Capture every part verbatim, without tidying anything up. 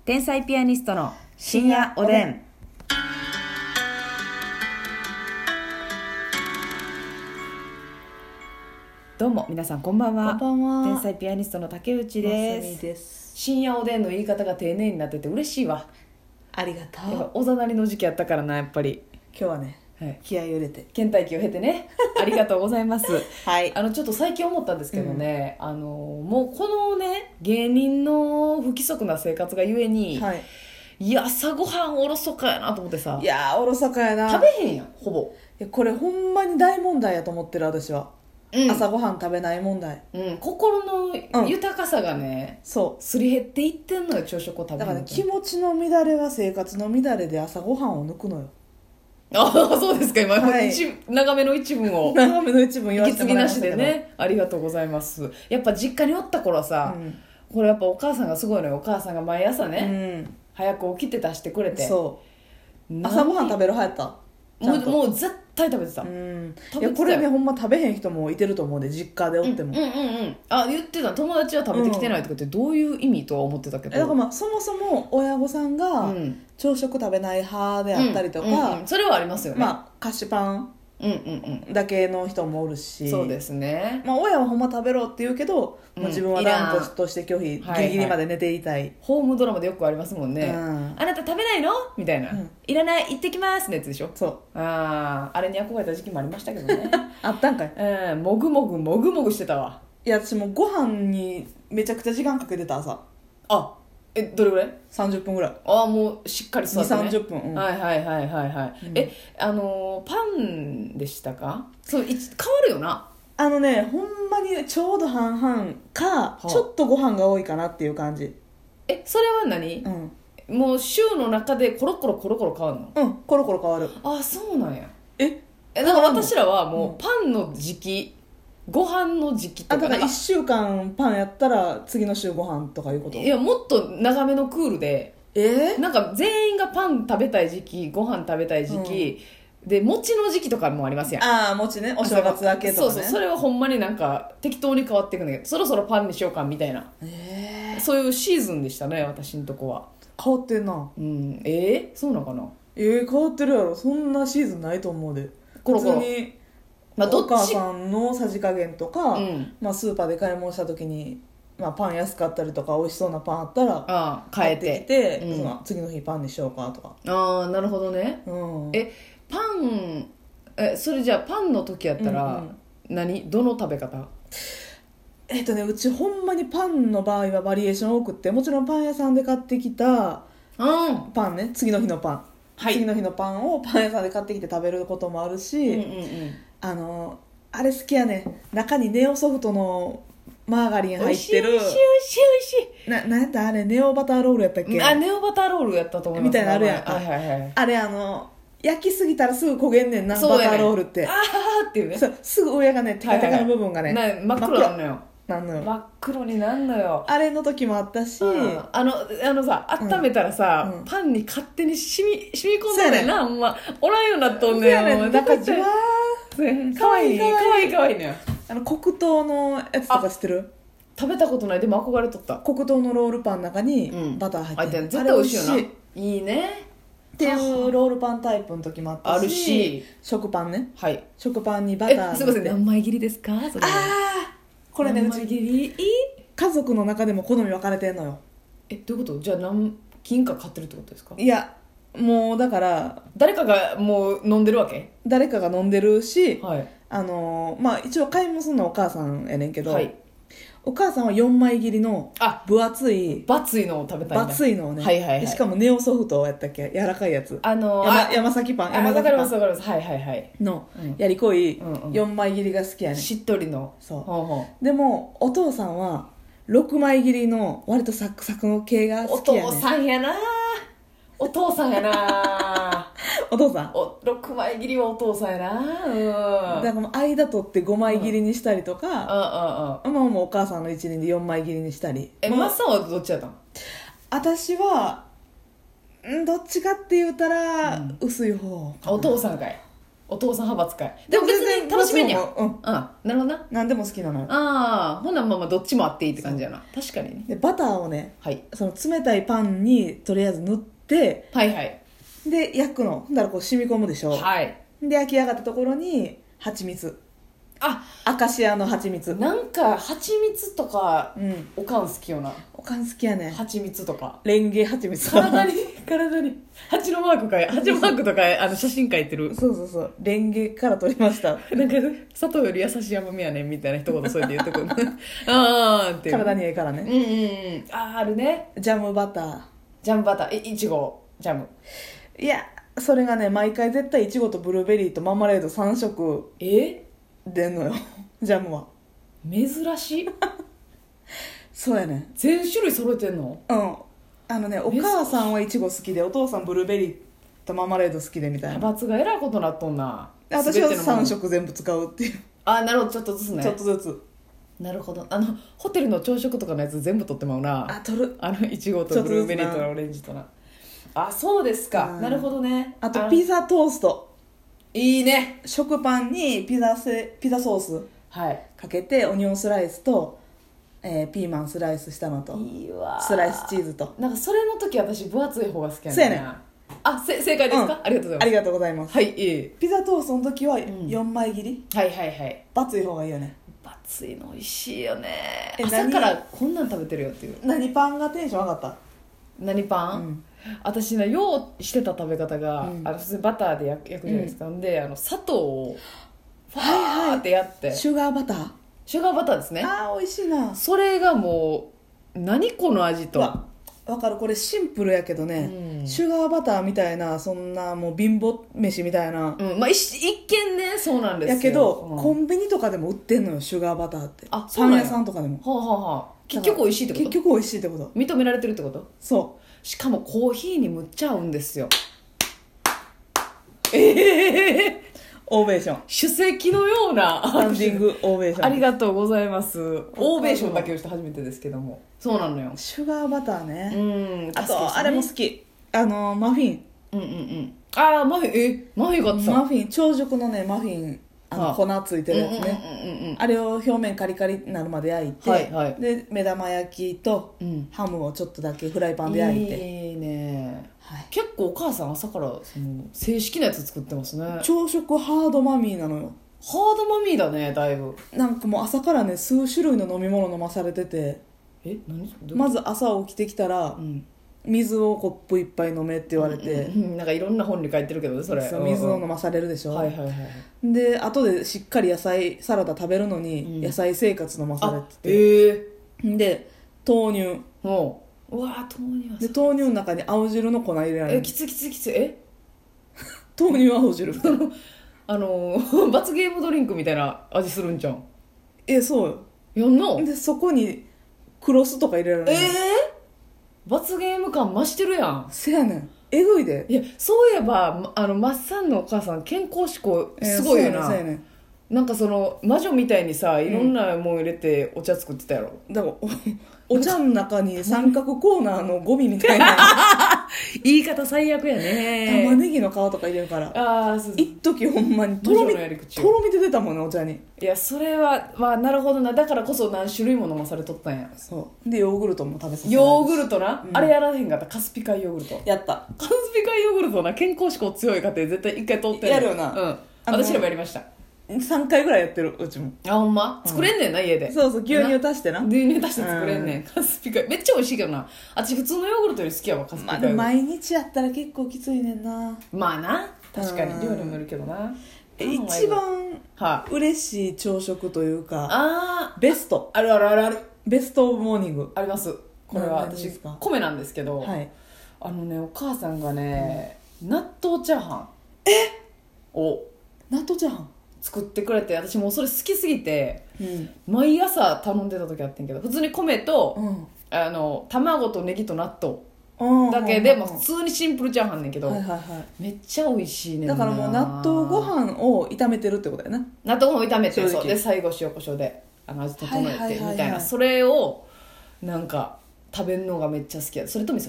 天才ピアニストの深夜おでん。どうも皆さんこんばんは。 こんばんは。 天才ピアニストの竹内です。 ますみです。 深夜おでんの言い方が丁寧になってて嬉しいわ。 ありがとう。 やっぱおざなりの時期やったからな、やっぱり今日はね、 はい、 気合い入れて倦怠期を経てねありがとうございますはいあのちょっと最近思ったんですけどね、うん、あのもうこのね芸人の不規則な生活がゆえに、はい、いや朝ごはんおろそかやなと思ってさ。 いやおろそかやな。 食べへんやんほぼ。 いやこれほんまに大問題やと思ってる私は、うん、朝ごはん食べない問題、 うん、心の豊かさがね、うん、そうすり減っていってんのよ、朝食を食べる。 だから、ね、気持ちの乱れは生活の乱れで朝ごはんを抜くのよ。 ああそうですか。今、はい、長めの一文を長めの一文言わせてもらいましたけど、 息継ぎなしでね、ありがとうございます。やっぱ実家におった頃さ、うん、これやっぱお母さんがすごいのよ。お母さんが毎朝ね、うん、早く起きて出してくれて。 そう朝ごはん食べる派やった。 もう、もう絶対食べてた。 うん、いやこれねほんま食べへん人もいてると思うで、実家でおっても。 うんうんうんうん。あ言ってた、友達は食べてきてないとかってどういう意味とは思ってたけど、 だからまあそもそも親御さんが朝食食べない派であったりとか、うんうんうん、 それはありますよね。 まあ菓子パンだけの人もおるし、 うんうんうん、そうですね。 まあ親はほんま食べろって言うけど、うん、もう自分は断固として拒否、ギリギリまで寝ていたい、はいはい、 ホームドラマでよくありますもんね、うん、あなた食べないのみたいな、うん、いらない行ってきますのやつでしょ。そうああれに憧れた時期もありましたけどねあったんかい、 うん、もぐもぐもぐもぐしてたわ。 いや私もうご飯にめちゃくちゃ時間かけてた。朝あえどれぐらい？ さんじゅっぷんぐらい。 ああもうしっかり座ってね。 にじゅうさんじゅっぷん、うん、 はいはいはいはいはい、うん、えあのー、パンでしたか？そういつ変わるよな。 あのねほんまにちょうど半々か、はあ、ちょっとご飯が多いかなっていう感じ。 えそれは何、うん、もう週の中でコロコロコロコロ変わるの？ うんコロコロ変わる。 あそうなんや。 ええだから私らはもうパンの時期、うん、ご飯の時期とか。 あだからいっしゅうかんパンやったら次の週ご飯とかいうこと？ いやもっと長めのクールで、 えー、 なんか全員がパン食べたい時期、ご飯食べたい時期、うん、で餅の時期とかもありますやん。 ああ餅ね、お正月明けとかね。 そうそうそれはほんまになんか適当に変わっていくんだけど、そろそろパンにしようかみたいな、えー、そういうシーズンでしたね私のとこは。 変わってんな。 うんえー、そうなのかな。 えー、変わってるやろ。そんなシーズンないと思うで。 コロコロ普通に、まあ、お母さんのさじ加減とか、うんまあ、スーパーで買い物した時に、まあ、パン安かったりとか美味しそうなパンあったらあ変えて買ってきて、うん、その次の日パンにしようかとか。 ああなるほどね、うん、えパンえそれじゃあパンの時やったら、うんうん、何どの食べ方？ えっとねうちほんまにパンの場合はバリエーション多くって、もちろんパン屋さんで買ってきたパンね、次の日のパン、はい、次の日のパンをパン屋さんで買ってきて食べることもあるし、うんうんうん、あのあれ好きやね、中にネオソフトのマーガリン入ってる。おいしいおいしいおいしいおいしい。な、なんやったあれネオバターロールやったっけ？ あネオバターロールやったと思います。 みたいなのあるやんか、はいはいはい、あれあの焼きすぎたらすぐ焦げんねんな、バターロールって。あーっていうね。 すぐ上がねテカテカの部分がね、 はいはい、真っ黒なんのよ。 なんのよ真っ黒になんのよ。 あれの時もあったし、うん、 あのあのさ温めたらさ、うん、パンに勝手に染み染み込んでるねんな、ほんまおらんようになっとんねん。 だからじわーかわいいかわいいかわいいね。 あの黒糖のやつとか知ってる？ 食べたことない。でも憧れとった。 黒糖のロールパンの中にバター入ってる、うん、 絶対美味しいよな。いいねっていうロールパンタイプの時もあったし、 あるし食パンね、 はい、 食パンにバター。 すいません何枚切りですか？それああこれねうち家族の中でも好み分かれてんのよ。 えどういうこと？じゃあ何金か買ってるってことですか？ いやもうだから誰かがもう飲んでるわけ？ 誰かが飲んでるし、 はい、 あのまあ一応買い物するのはお母さんやねんけど、はい、お母さんはよんまい切りの分厚いバツいのを食べたいんだ。 バツいのをね、 はいはいはい、 しかもネオソフトやったっけ、柔らかいやつ、 あのー、 山, 山崎パン山崎パンわかりますわかります、はいはいはいのやりこいよんまい切りが好きやねん。 しっとりの。 そうほうほう。でもお父さんはろくまい切りの割とサクサクの系が好きやねん。 お父さんやなお父さんやなお父さんおろくまい切りはお父さんやな、うん、 だからもう間取ってごまい切りにしたりとか、うん、あああまあもうお母さんの一輪でよんまい切りにしたり。 え、まっさんはどっちやったの？ 私はんどっちかって言うたら、うん、薄い方かな。 お父さんかい。 お父さん派閥かい。でも別に楽しめんやん。うん、うん、なるほどな。 何でも好きなのよ。 ああ、ほんならまあまあどっちもあっていいって感じやな。確かにね。 でバターをね、 はい、 その冷たいパンにとりあえず塗って、 はいはい、 で焼くの。ほんだらこう染み込むでしょ。 はい。 で焼き上がったところに蜂蜜。 あ、 アカシアの蜂蜜。 なんか蜂蜜とか、 うん、 おかん好きよな。 おかん好きやね。 蜂蜜とかレンゲ蜂蜜。 体に体に蜂のマークかい、蜂マークとかあの写真描いてる。 そうそうそう、レンゲから取りました。 なんか砂糖より優しい甘みやねんみたいな一言そうやって言ってくるあーって体にええからね。 うんうんうん。あーあるね。 ジャムバター。 ジャムバター、え、いちごジャム。 いやそれがね、毎回絶対いちごとブルーベリーとマーマレードさん色え出んのよジャムは。 珍しいそうやね。 全種類揃えてんの。 うん。あのね、お母さんはいちご好きで、お父さんブルーベリーとマーマレード好きでみたいな。 派閥がえらいことなっとんな。 私はさん色全部使うっていう。 あ、なるほど、ちょっとずつね。 ちょっとずつ。 なるほど。あのホテルの朝食とかのやつ全部取ってまうな。 あ、取る。 あのいちごとブルーベリーとオレンジとな。あ、そうですか。なるほどね。 あとピザトースト。 いいね。 食パンにピザせピザソースかけて、はい、オニオンスライスと、えー、ピーマンスライスしたのと、 いいわ、 スライスチーズと。 なんかそれの時私分厚い方が好きやねん。 そうやねん。 あ、せ正解ですか、うん、ありがとうございます。 ありがとうございます。 はい、いい。 ピザトーストの時はよんまい切り、 うん、はいはいはい。 バツい方がいいよね。 バツいの美味しいよね。朝からこんなん食べてるよっていう。 何パンがテンション上がった？ 何パン、うん、私ね、ようしてた食べ方が、うん、あの普通にバターで焼くじゃないですか、うん、であの砂糖をファーってやって、はいはい、 シュガーバターシュガーバターですね。 あー美味しいな。 それがもう何この味と。 わかる。これシンプルやけどね、うん、シュガーバターみたいな、そんなもう貧乏飯みたいな、 うん、まあ、一, 一見ねそうなんですよ。 やけど、うん、コンビニとかでも売ってんのよ、シュガーバターって。 あ、そうなんや。 パン屋さんとかでも。 はあはあはあ、結局美味しいってこと？ 結局美味しいってこと。 認められてるってこと？ そう。 しかもコーヒーにむっちゃ合うんですよ。ええー、 オーベーション。 首席のようなスタンディングオーベーション。 ありがとうございます。オーベーションだけをして初めてですけども。そうなのよ。 シュガーバターね。 うん。 あと、ね、あれも好き。あのマフィン。 うんうんうん。ああ、マフィン、えマフィンがあってた。 マフィン、朝食のねマフィン、あの粉ついてるやつね。あれを表面カリカリになるまで焼いて、はいはい、で目玉焼きとハムをちょっとだけフライパンで焼いて。 いいね。はい、結構お母さん朝からその正式なやつ作ってますね。 朝食ハードマミーなのよ。 ハードマミーだね、だいぶ。 なんかもう朝からね数種類の飲み物飲まされてて。 え、何？ まず朝起きてきたら、うん、水をコップ一杯飲めって言われて、 うんうんうん、なんかいろんな本に書いてるけどね、それ。 そう、水を飲まされるでしょ、 はいはいはい、 で後でしっかり野菜サラダ食べるのに野菜生活飲まされてて、 うん、 えー、で豆乳、 おうわ豆乳はで豆乳の中に青汁の粉入れられる。 え、きつきつきつ。え豆乳青汁あの罰ゲームドリンクみたいな味するんじゃん。 え、そうよ。 やんのでそこにクロスとか入れられる。 えー、罰ゲーム感増してるやん。 せやねん、えぐいで。 いや、そういえばあのマッサンのお母さん健康志向すごいよな、えー、そうやねん、そうやねん。なんかその魔女みたいにさ、いろんなもん入れてお茶作ってたやろ、 うん、だから お, お茶の中に三角コーナーのゴミみたいな言い方最悪やね。 玉ねぎの皮とか入れるから。 ああ、そうそう。 一時ほんまにとろみとろみで出たもんね、お茶に。 いや、それはまあなるほどな。だからこそ何種類も飲まされとったんや。 そうでヨーグルトも食べさせて。 ヨーグルトな、うん、あれやらへんかった。カスピ海ヨーグルトやった。 カスピ海ヨーグルトな、健康志向強い家庭絶対一回通ってる。 やるよな。 うん、私らもやりました。 さんかいぐらいやってる、うちも。 あ、ほんま、うん、作れんねんな、家で。 そうそう、牛乳足してな。 牛乳足して作れんねん、うん、カスピ海めっちゃ美味しいけどな。私普通のヨーグルトより好きやわ、カスピ海。 まあ、毎日やったら結構きついねんな。 まあな、確かに料理もいるけどな。 一番嬉しい朝食というか、 あベスト。 あるあるあるある。 ベストオブモーニングあります。これは私米なんですけど、 はい、 あのね、お母さんがね、うん、納豆チャーハンえを納豆チャーハン作ってくれて、私もうそれ好きすぎて、 うん、 毎朝頼んでた時あってんけど、普通に米と、 うん、 あの卵とネギと納豆だけで、もう普通にシンプルチャーハンねんけど、 はいはいはい、 めっちゃ美味しいねんな。 だからもう納豆ご飯を炒めてるってことやな。 納豆ご飯を炒めて、そうで最後塩コショウであの味整えてみたいな、それをなんか食べるのがめっちゃ好きや。それと味噌汁とか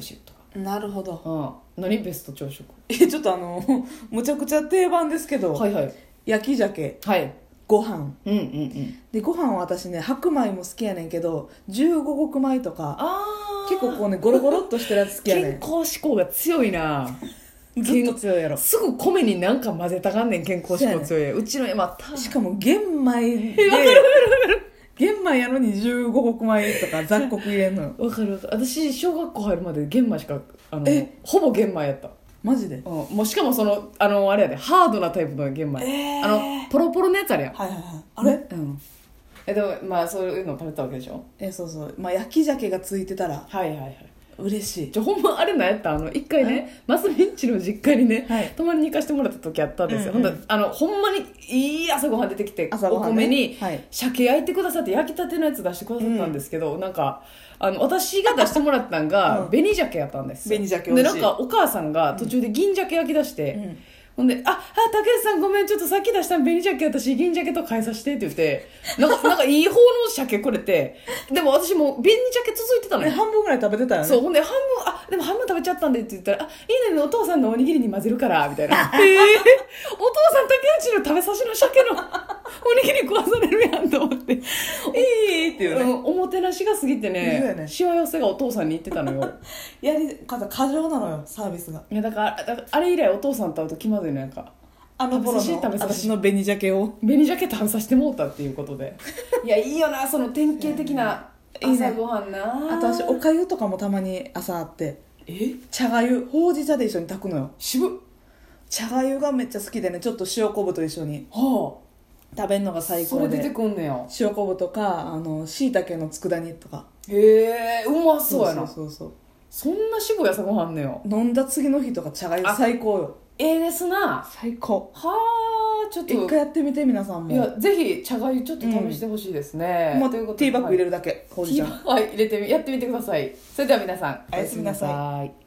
なるほど、 うん、何ベスト朝食？ えちょっとあのむちゃくちゃ定番ですけど、 はいはい、 焼き鮭、 はい、 ご飯、 うんうんうん、 でご飯は私ね白米も好きやねんけどじゅうご穀米とかあ結構こうねゴロゴロっとしてるやつ好きやねん。 健康志向が強いなずっと強いやろ。 すぐ米に何か混ぜたがんねん。健康志向強い、ね、うちの山しかも玄米で玄米やのにじゅうご穀米とか雑穀入れんのよ。 わかるわかる。私小学校入るまで玄米しかあのほぼ玄米やった。 マジで、 うん、もうしかもそのあのあれやでハードなタイプの玄米、えー、あのポロポロのやつあるやん。 はいはいはい。あれ、 うん、えでもまあそういうの食べたわけでしょ。 えそうそう、まあ、焼き鮭がついてたらはいはいはい嬉しい。 じゃほんまあれなんやったあの一回ねマスミンチの実家にね、はい、泊まりに行かせてもらった時あったんですよ、うんうん、ほんだあのほんまにいい朝ごはん出てきて、お米に鮭焼いてくださって焼きたてのやつ出してくださったんですけど、うん、なんかあの私が出してもらったんが、うん、紅鮭やったんです。 紅鮭でなんかお母さんが途中で銀鮭焼き出して、うん、ほんで、あ、あ、竹内さんごめん、ちょっとさっき出した紅鮭私銀鮭と変えさせてって言って、なんか、なんかいい方の鮭くれて、でも私も紅鮭続いてたのよ。 半分ぐらい食べてたよね。 そう、ほんで半分、あ、でも半分食べちゃったんでって言ったら、あ、いいね、お父さんのおにぎりに混ぜるから、みたいな。えー、お父さん竹内の食べさしの鮭のおにぎり食わされるやんと思って。いいっていうね、うん。おもてなしが過ぎてね、ねしわ寄せがお父さんに言ってたのよ。 やり方過剰なのよ、サービスが。 いや、だから、だからあれ以来お父さんと会うと気まずいのやんか。 あの頃の私の紅鮭を紅鮭食べさせてもうたっていうことでいやいいよなその典型的な朝ごはんな。いい、ね、 あと私おかゆとかもたまに朝あって、え茶がゆほうじ茶で一緒に炊くのよ。 渋っ。 茶がゆがめっちゃ好きでね、ちょっと塩昆布と一緒に、はあ、食べるのが最高で。 それ出てくんねや。 塩昆布とかあの椎茸の佃煮とか。 へえうまそうやな。 そうそうそうそう。 そんな渋い朝ごはんねよ。 飲んだ次の日とか茶がゆ最高よ。 ええですな。 最高。 はあちょっと一回やってみて皆さんも。 いやぜひ茶がゆちょっと試してほしいですね、 うん、もうティーバッグ入れるだけ、 はい、ティーバッグ、はい、入れてみやってみてください。それでは皆さんおやすみなさい。